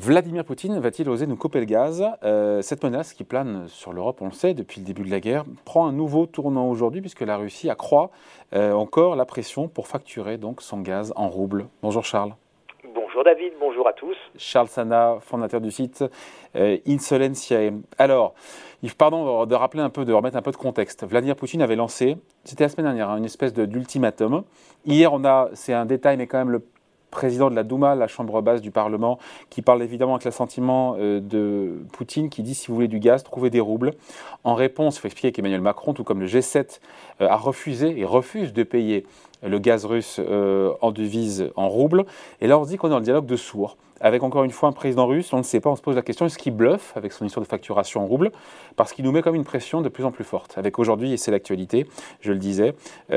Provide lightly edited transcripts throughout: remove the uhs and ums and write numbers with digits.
Vladimir Poutine va-t-il oser nous couper le gaz ? Cette menace qui plane sur l'Europe, on le sait, depuis le début de la guerre, prend un nouveau tournant aujourd'hui puisque la Russie accroît encore la pression pour facturer donc son gaz en roubles. Bonjour Charles. Bonjour David, bonjour à tous. Charles Sana, fondateur du site Insolentiae. Alors, pardon de rappeler un peu, de remettre un peu de contexte. Vladimir Poutine avait lancé, c'était la semaine dernière, une espèce d'ultimatum. Hier, c'est un détail, mais quand même le président de la Douma, la chambre basse du Parlement, qui parle évidemment avec l'assentiment de Poutine, qui dit si vous voulez du gaz, trouvez des roubles. En réponse, il faut expliquer qu'Emmanuel Macron, tout comme le G7, a refusé et refuse de payer le gaz russe en devise, en roubles. Et là, on se dit qu'on est dans le dialogue de sourds. Avec encore une fois un président russe, on ne sait pas, on se pose la question, est-ce qu'il bluffe avec son histoire de facturation en roubles ? Parce qu'il nous met comme une pression de plus en plus forte. Avec aujourd'hui, et c'est l'actualité, je le disais,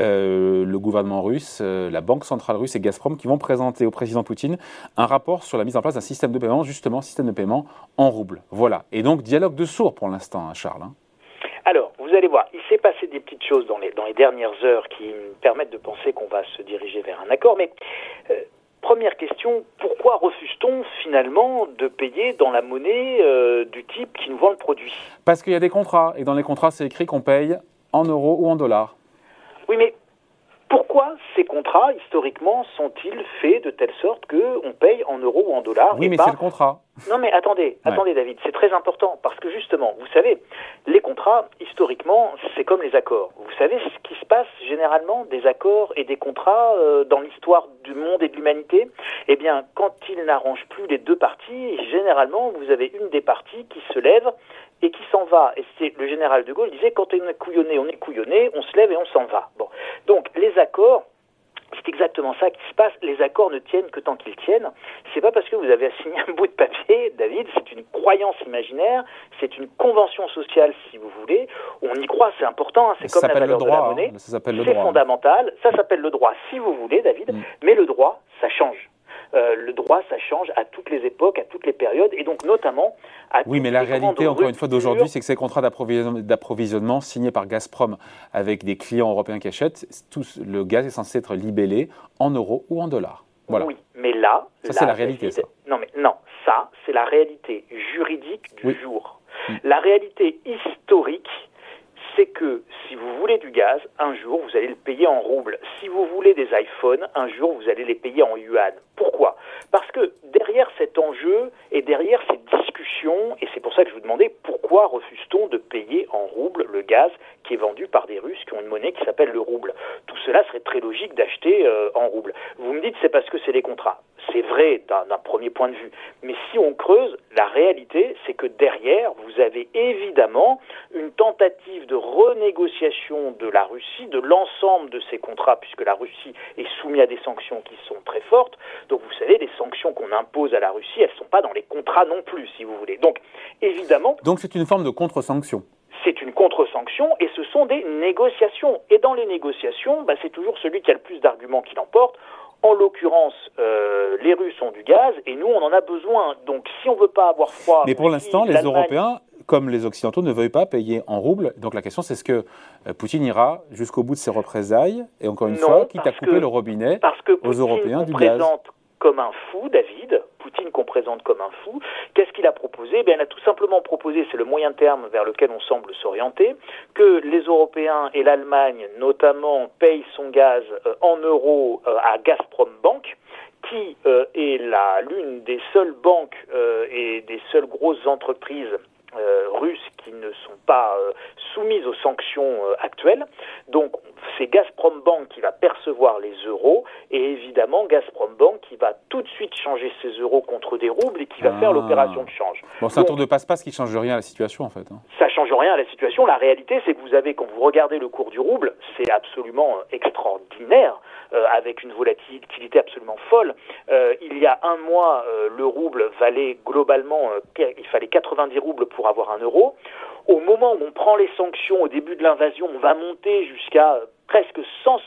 le gouvernement russe, la Banque centrale russe et Gazprom qui vont présenter au président Poutine un rapport sur la mise en place d'un système de paiement, justement, système de paiement en roubles. Voilà. Et donc, dialogue de sourds pour l'instant, hein, Charles. Alors, vous allez voir, il s'est passé des petites choses dans les dernières heures qui me permettent de penser qu'on va se diriger vers un accord, mais première question, pourquoi refuse-t-on finalement de payer dans la monnaie du type qui nous vend le produit ? Parce qu'il y a des contrats, et dans les contrats, c'est écrit qu'on paye en euros ou en dollars. Oui, mais pourquoi ces contrats, historiquement, sont-ils faits de telle sorte qu'on paye en euros ou en dollars ? Oui, mais c'est le contrat. Non, mais attendez David, c'est très important, parce que justement, vous savez, les contrats, historiquement, c'est comme les accords. Vous savez ce qui se passe généralement des accords et des contrats dans l'histoire du monde et de l'humanité ? Eh bien, quand ils n'arrangent plus les deux parties, généralement, vous avez une des parties qui se lève et qui s'en va. Et c'est le général de Gaulle disait, quand on est couillonné, on se lève et on s'en va. Bon. Donc, les accords, c'est exactement ça qui se passe. Les accords ne tiennent que tant qu'ils tiennent. C'est pas parce que vous avez signé un bout de papier, David, c'est une croyance imaginaire, c'est une convention sociale, si vous voulez. On y croit, c'est important, hein, c'est comme la valeur de la monnaie. Ça s'appelle le c'est droit. fondamental. Ça s'appelle le droit, si vous voulez, David. Mais le droit, ça change. Le droit, ça change à toutes les époques, à toutes les périodes, et donc notamment à oui, mais la réalité, encore une fois, d'aujourd'hui, c'est que ces contrats d'approvisionnement signés par Gazprom avec des clients européens qui achètent, le gaz est censé être libellé en euros ou en dollars. Voilà. Oui, mais là... c'est la réalité, ça. Non, ça, c'est la réalité juridique du jour. La réalité historique, c'est que si vous voulez du gaz, un jour, vous allez le payer en roubles. Si vous voulez des iPhones, un jour, vous allez les payer en yuan. Pourquoi ? Parce que derrière cet enjeu et derrière cette discussion, et c'est pour ça que je vous demandais pourquoi refuse-t-on de payer en roubles le gaz qui est vendu par des Russes qui ont une monnaie qui s'appelle le rouble. Tout cela serait très logique d'acheter en roubles. Vous me dites c'est parce que c'est les contrats. C'est vrai d'un premier point de vue. Mais si on creuse, la réalité, c'est que derrière, vous avez évidemment une tentative de renégociation de la Russie, de l'ensemble de ces contrats, puisque la Russie est soumise à des sanctions qui sont très fortes. Donc vous savez, les sanctions qu'on impose à la Russie, elles ne sont pas dans les contrats non plus, si vous voulez. Donc évidemment... Donc c'est une forme de contre-sanction. C'est une contre-sanction et ce sont des négociations. Et dans les négociations, c'est toujours celui qui a le plus d'arguments qui l'emporte. En l'occurrence, les Russes ont du gaz et nous, on en a besoin. Donc si on ne veut pas avoir froid... Mais pour l'instant, les Européens, comme les Occidentaux, ne veulent pas payer en roubles. Donc la question, c'est est-ce que Poutine ira jusqu'au bout de ses représailles et encore une fois, quitte à couper le robinet aux Européens du gaz. Comme un fou, David, Poutine qu'on présente comme un fou, qu'est-ce qu'il a proposé ? Il a tout simplement proposé, c'est le moyen terme vers lequel on semble s'orienter, que les Européens et l'Allemagne, notamment, payent son gaz en euros à Gazprom Bank, qui est l'une des seules banques et des seules grosses entreprises russes qui ne sont pas soumises aux sanctions actuelles. Donc c'est Gazprom Bank qui va percevoir les euros et évidemment Gazprom Bank qui va tout de suite changer ses euros contre des roubles et qui va faire l'opération de change. Bon, c'est un tour de passe-passe qui ne change rien à la situation en fait. Ça ne change rien à la situation. La réalité, c'est que vous avez, quand vous regardez le cours du rouble, c'est absolument extraordinaire, avec une volatilité absolument folle. Il y a un mois, le rouble valait globalement, il fallait 90 roubles pour avoir un euro. Au moment où on prend les sanctions, au début de l'invasion, on va monter jusqu'à presque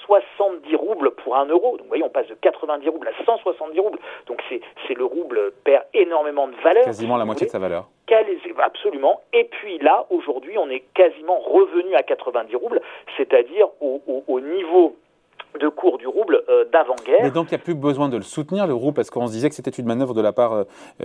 170 roubles pour un euro. Donc vous voyez, on passe de 90 roubles à 170 roubles. Donc c'est le rouble perd énormément de valeur. Quasiment la moitié de sa valeur. Absolument. Et puis là, aujourd'hui, on est quasiment revenu à 90 roubles, c'est-à-dire au niveau cours du rouble d'avant-guerre. Mais donc il n'y a plus besoin de le soutenir, le rouble, parce qu'on se disait que c'était une manœuvre de la part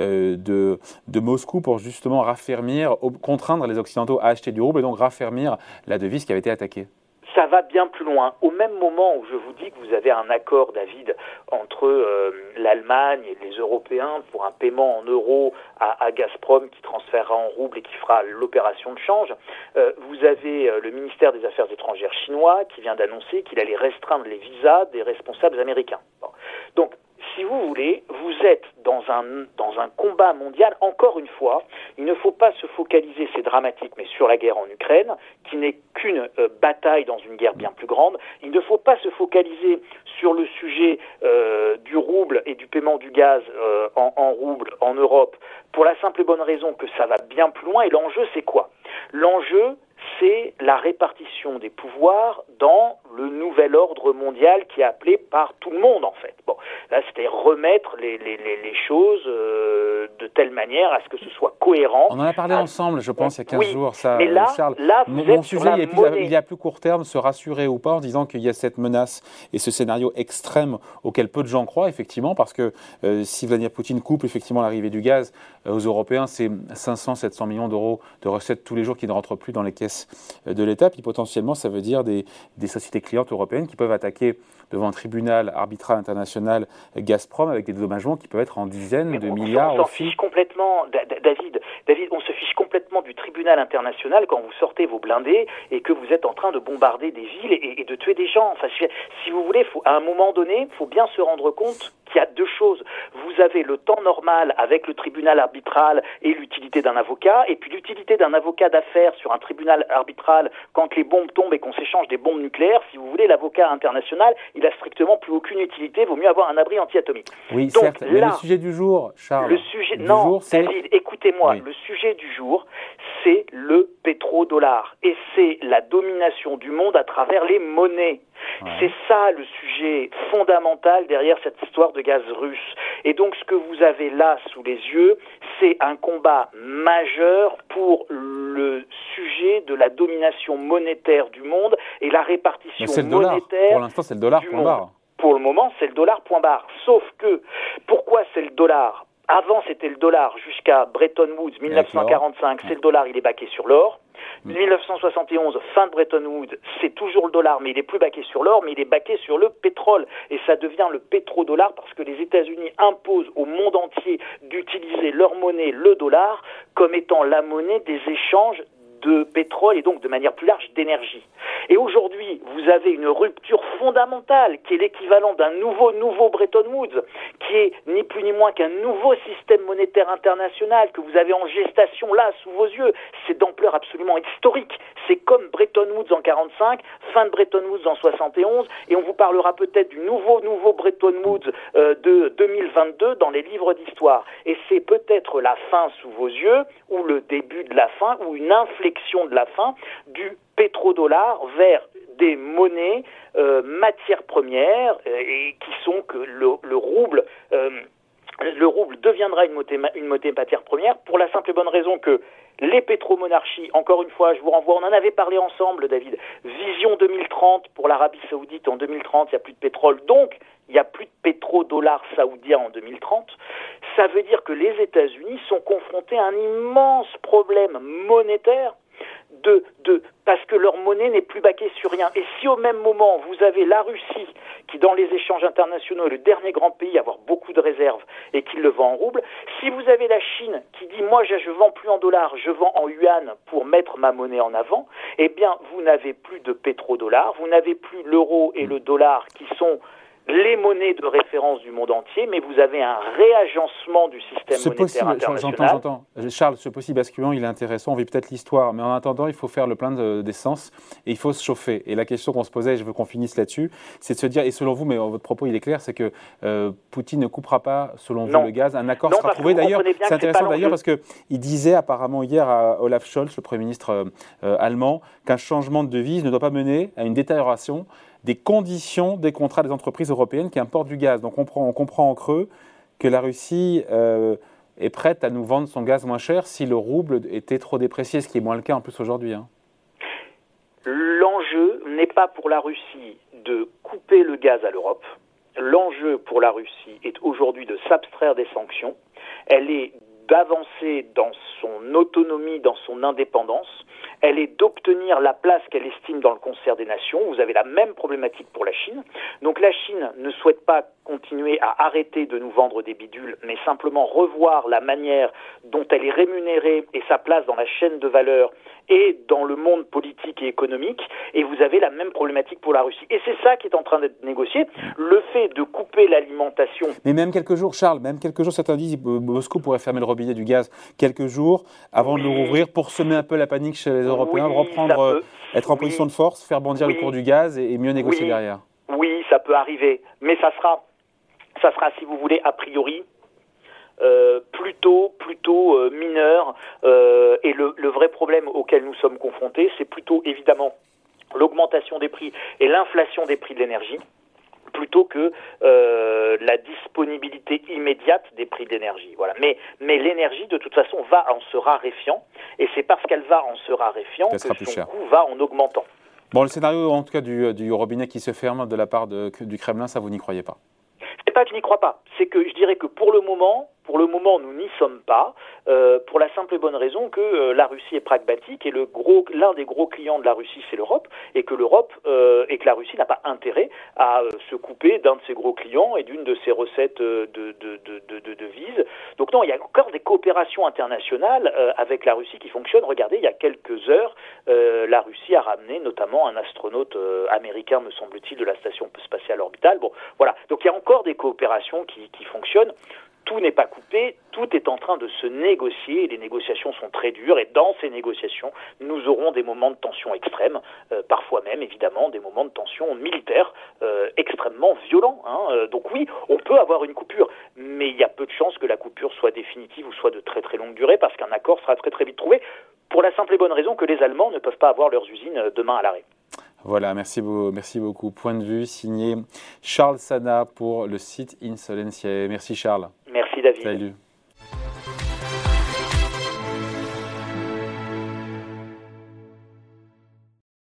de Moscou pour justement raffermir, contraindre les Occidentaux à acheter du rouble et donc raffermir la devise qui avait été attaquée. Ça va bien plus loin. Au même moment où je vous dis que vous avez un accord, David, entre l'Allemagne et les Européens pour un paiement en euros à Gazprom qui transférera en roubles et qui fera l'opération de change, vous avez le ministère des Affaires étrangères chinois qui vient d'annoncer qu'il allait restreindre les visas des responsables américains. Bon. Donc, si vous voulez, vous êtes dans un combat mondial, encore une fois, il ne faut pas se focaliser, c'est dramatique, mais sur la guerre en Ukraine, qui n'est qu'une bataille dans une guerre bien plus grande. Il ne faut pas se focaliser sur le sujet du rouble et du paiement du gaz en rouble en Europe, pour la simple et bonne raison que ça va bien plus loin. Et l'enjeu, c'est quoi ? L'enjeu, c'est la répartition des pouvoirs dans le nouvel ordre mondial qui est appelé par tout le monde, en fait. Bon, là, c'était remettre les choses de telle manière à ce que ce soit cohérent. On en a parlé ensemble, je pense, il y a 15 jours, ça, mais là, Charles. Mon sujet, il y a plus court terme, se rassurer ou pas en disant qu'il y a cette menace et ce scénario extrême auquel peu de gens croient, effectivement, parce que si Vladimir Poutine coupe effectivement l'arrivée du gaz aux Européens, c'est 500-700 millions d'euros de recettes tous les jours qui ne rentrent plus dans les caisses de l'État. Puis potentiellement, ça veut dire des sociétés clientes européennes qui peuvent attaquer devant un tribunal arbitral international Gazprom avec des dédommagements qui peuvent être en dizaines de milliards. On s'en fiche complètement, David, on se fiche complètement du tribunal international quand vous sortez vos blindés et que vous êtes en train de bombarder des villes et de tuer des gens. Enfin, si vous voulez, à un moment donné, il faut bien se rendre compte qu'il y a deux choses. Vous avez le temps normal avec le tribunal arbitral et l'utilité d'un avocat, et puis l'utilité d'un avocat d'affaires sur un tribunal arbitral quand les bombes tombent et qu'on s'échange des bombes nucléaires. Si vous voulez, l'avocat international, il a strictement plus aucune utilité, vaut mieux avoir un abri anti-atomique. Oui, donc, certes, mais le sujet du jour, Charles. David, écoutez-moi, le sujet du jour, c'est le pétrodollar, et c'est la domination du monde à travers les monnaies. Ouais. C'est ça le sujet fondamental derrière cette histoire de gaz russe. Et donc ce que vous avez là sous les yeux, c'est un combat majeur pour le sujet de la domination monétaire du monde et la répartition monétaire. Pour l'instant, c'est le dollar, point barre. Pour le moment, c'est le dollar, point barre. Sauf que, pourquoi c'est le dollar ? Avant, c'était le dollar jusqu'à Bretton Woods, 1945, c'est le dollar, il est baqué sur l'or. 1971, fin de Bretton Woods, c'est toujours le dollar, mais il est plus baqué sur l'or, mais il est baqué sur le pétrole. Et ça devient le pétrodollar parce que les États-Unis imposent au monde entier d'utiliser leur monnaie, le dollar, comme étant la monnaie des échanges de pétrole et donc de manière plus large d'énergie. Et aujourd'hui, vous avez une rupture fondamentale qui est l'équivalent d'un nouveau Bretton Woods, qui est ni plus ni moins qu'un nouveau système monétaire international que vous avez en gestation là sous vos yeux. C'est d'ampleur absolument historique. C'est comme Bretton Woods en 45, fin de Bretton Woods en 71, et on vous parlera peut-être du nouveau Bretton Woods de 2022 dans les livres d'histoire. Et c'est peut-être la fin sous vos yeux, ou le début de la fin, ou une inflexion de la fin du pétrodollar vers des monnaies matières premières et qui sont que le rouble deviendra une monnaie matière première pour la simple et bonne raison que les pétromonarchies, encore une fois, je vous renvoie, on en avait parlé ensemble, David, vision 2030 pour l'Arabie Saoudite, en 2030, il n'y a plus de pétrole, donc il n'y a plus de pétrodollar saoudien en 2030, ça veut dire que les États-Unis sont confrontés à un immense problème monétaire parce que leur monnaie n'est plus baquée sur rien. Et si au même moment, vous avez la Russie, qui dans les échanges internationaux est le dernier grand pays à avoir beaucoup de réserves et qui le vend en rouble, si vous avez la Chine qui dit « moi je vends plus en dollars, je vends en yuan pour mettre ma monnaie en avant », eh bien vous n'avez plus de pétrodollars, vous n'avez plus l'euro et le dollar qui sont les monnaies de référence du monde entier, mais vous avez un réagencement du système monétaire international. J'entends. Charles, ce possible basculement, il est intéressant, on vit peut-être l'histoire, mais en attendant, il faut faire le plein d'essence et il faut se chauffer. Et la question qu'on se posait, et je veux qu'on finisse là-dessus, c'est de se dire, et selon vous, mais votre propos il est clair, c'est que Poutine ne coupera pas, selon vous, le gaz. Un accord sera trouvé. D'ailleurs, c'est intéressant d'ailleurs parce qu'il disait apparemment hier à Olaf Scholz, le Premier ministre allemand, qu'un changement de devise ne doit pas mener à une détérioration des conditions des contrats des entreprises européennes qui importent du gaz. Donc on comprend en creux que la Russie est prête à nous vendre son gaz moins cher si le rouble était trop déprécié, ce qui est moins le cas en plus aujourd'hui. L'enjeu n'est pas pour la Russie de couper le gaz à l'Europe. L'enjeu pour la Russie est aujourd'hui de s'abstraire des sanctions. Elle est d'avancer dans son autonomie, dans son indépendance. Elle est d'obtenir la place qu'elle estime dans le concert des nations. Vous avez la même problématique pour la Chine. Donc la Chine ne souhaite pas continuer à arrêter de nous vendre des bidules, mais simplement revoir la manière dont elle est rémunérée et sa place dans la chaîne de valeur et dans le monde politique et économique. Et vous avez la même problématique pour la Russie. Et c'est ça qui est en train d'être négocié. Le fait de couper l'alimentation... Mais même quelques jours, Charles, certains disent que Moscou pourrait fermer le robinet du gaz quelques jours avant de le rouvrir pour semer un peu la panique chez les Européens, être en position de force, faire bondir le cours du gaz et mieux négocier derrière. Oui, ça peut arriver, mais ça sera, si vous voulez, a priori, plutôt mineur. Et le vrai problème auquel nous sommes confrontés, c'est plutôt évidemment l'augmentation des prix et l'inflation des prix de l'énergie, plutôt que la disponibilité immédiate des prix de l'énergie. Voilà. Mais l'énergie, de toute façon, va en se raréfiant, et c'est parce qu'elle va en se raréfiant que son coût va en augmentant. Bon, le scénario, en tout cas, du robinet qui se ferme de la part du Kremlin, ça, vous n'y croyez pas? C'est pas que je n'y crois pas, c'est que je dirais que pour le moment, nous n'y sommes pas, pour la simple et bonne raison que la Russie est pragmatique et l'un des gros clients de la Russie, c'est l'Europe, et que la Russie n'a pas intérêt à se couper d'un de ses gros clients et d'une de ses recettes de devises. Donc non, il y a encore des coopérations internationales avec la Russie qui fonctionnent. Regardez, il y a quelques heures, la Russie a ramené notamment un astronaute américain, me semble-t-il, de la station spatiale orbitale. Bon, voilà. Donc il y a encore des coopérations qui fonctionnent. Tout n'est pas coupé, tout est en train de se négocier et les négociations sont très dures et dans ces négociations, nous aurons des moments de tension extrême, parfois même évidemment des moments de tension militaire extrêmement violents. Donc oui, on peut avoir une coupure, mais il y a peu de chances que la coupure soit définitive ou soit de très très longue durée parce qu'un accord sera très très vite trouvé pour la simple et bonne raison que les Allemands ne peuvent pas avoir leurs usines demain à l'arrêt. Voilà, merci beaucoup. Point de vue signé Charles Sana pour le site Insolentiae. Merci Charles. Merci David. Salut.